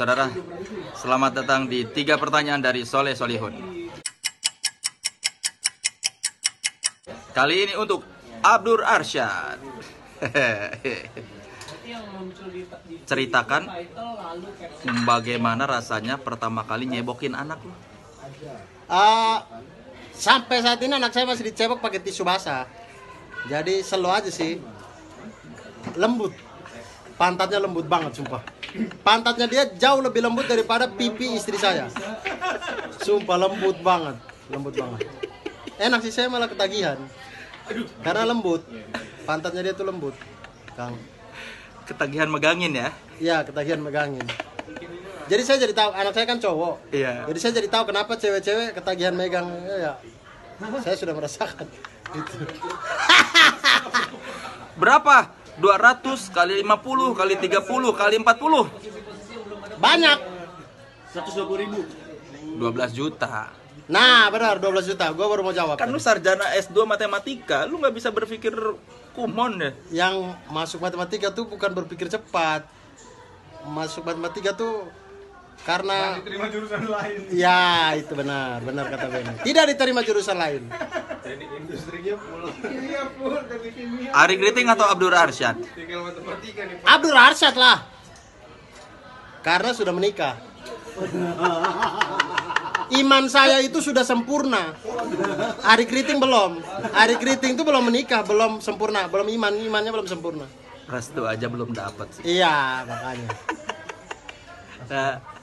saudara. Selamat datang di 3 pertanyaan dari Soleh Solihun. Kali ini untuk Abdur Arsyad. Ceritakan bagaimana rasanya pertama kali nyebokin anak lu. Sampai saat ini anak saya masih dicebok pakai tisu basah. Jadi slow aja sih. Lembut. Pantatnya lembut banget sumpah. Pantatnya dia jauh lebih lembut daripada pipi istri saya. Sumpah lembut banget. Lembut banget. Enak sih, saya malah ketagihan. Karena lembut. Pantatnya dia tuh lembut, Kang. Ketagihan megangin ya? Iya, ketagihan megangin. Jadi saya jadi tahu, anak saya kan cowok. Iya. Jadi saya jadi tahu kenapa cewek-cewek ketagihan megang. Ya, saya sudah merasakan. Gitu. Berapa? 200 kali 50 kali 30 kali 40? Banyak. 12 juta. Nah, benar 12 juta. Gua baru mau jawab. Kan lu sarjana S2 matematika, lu nggak bisa berpikir kumon ya? Yang masuk matematika tuh bukan berpikir cepat. Masuk matematika tuh karena diterima jurusan lain. ya itu benar kata Benny. Tidak diterima jurusan lain. Teknik industrinya full. Iya full teknik kimia. Ari Griting atau Abdur Arsyad? Tinggal matematika nih. Abdur Arsyad lah. Karena sudah menikah. Iman saya itu sudah sempurna. Ari Kriting belum. Ari Kriting itu belum menikah, belum sempurna, belum imannya belum sempurna. Restu aja belum dapat sih. Iya, makanya. Nah,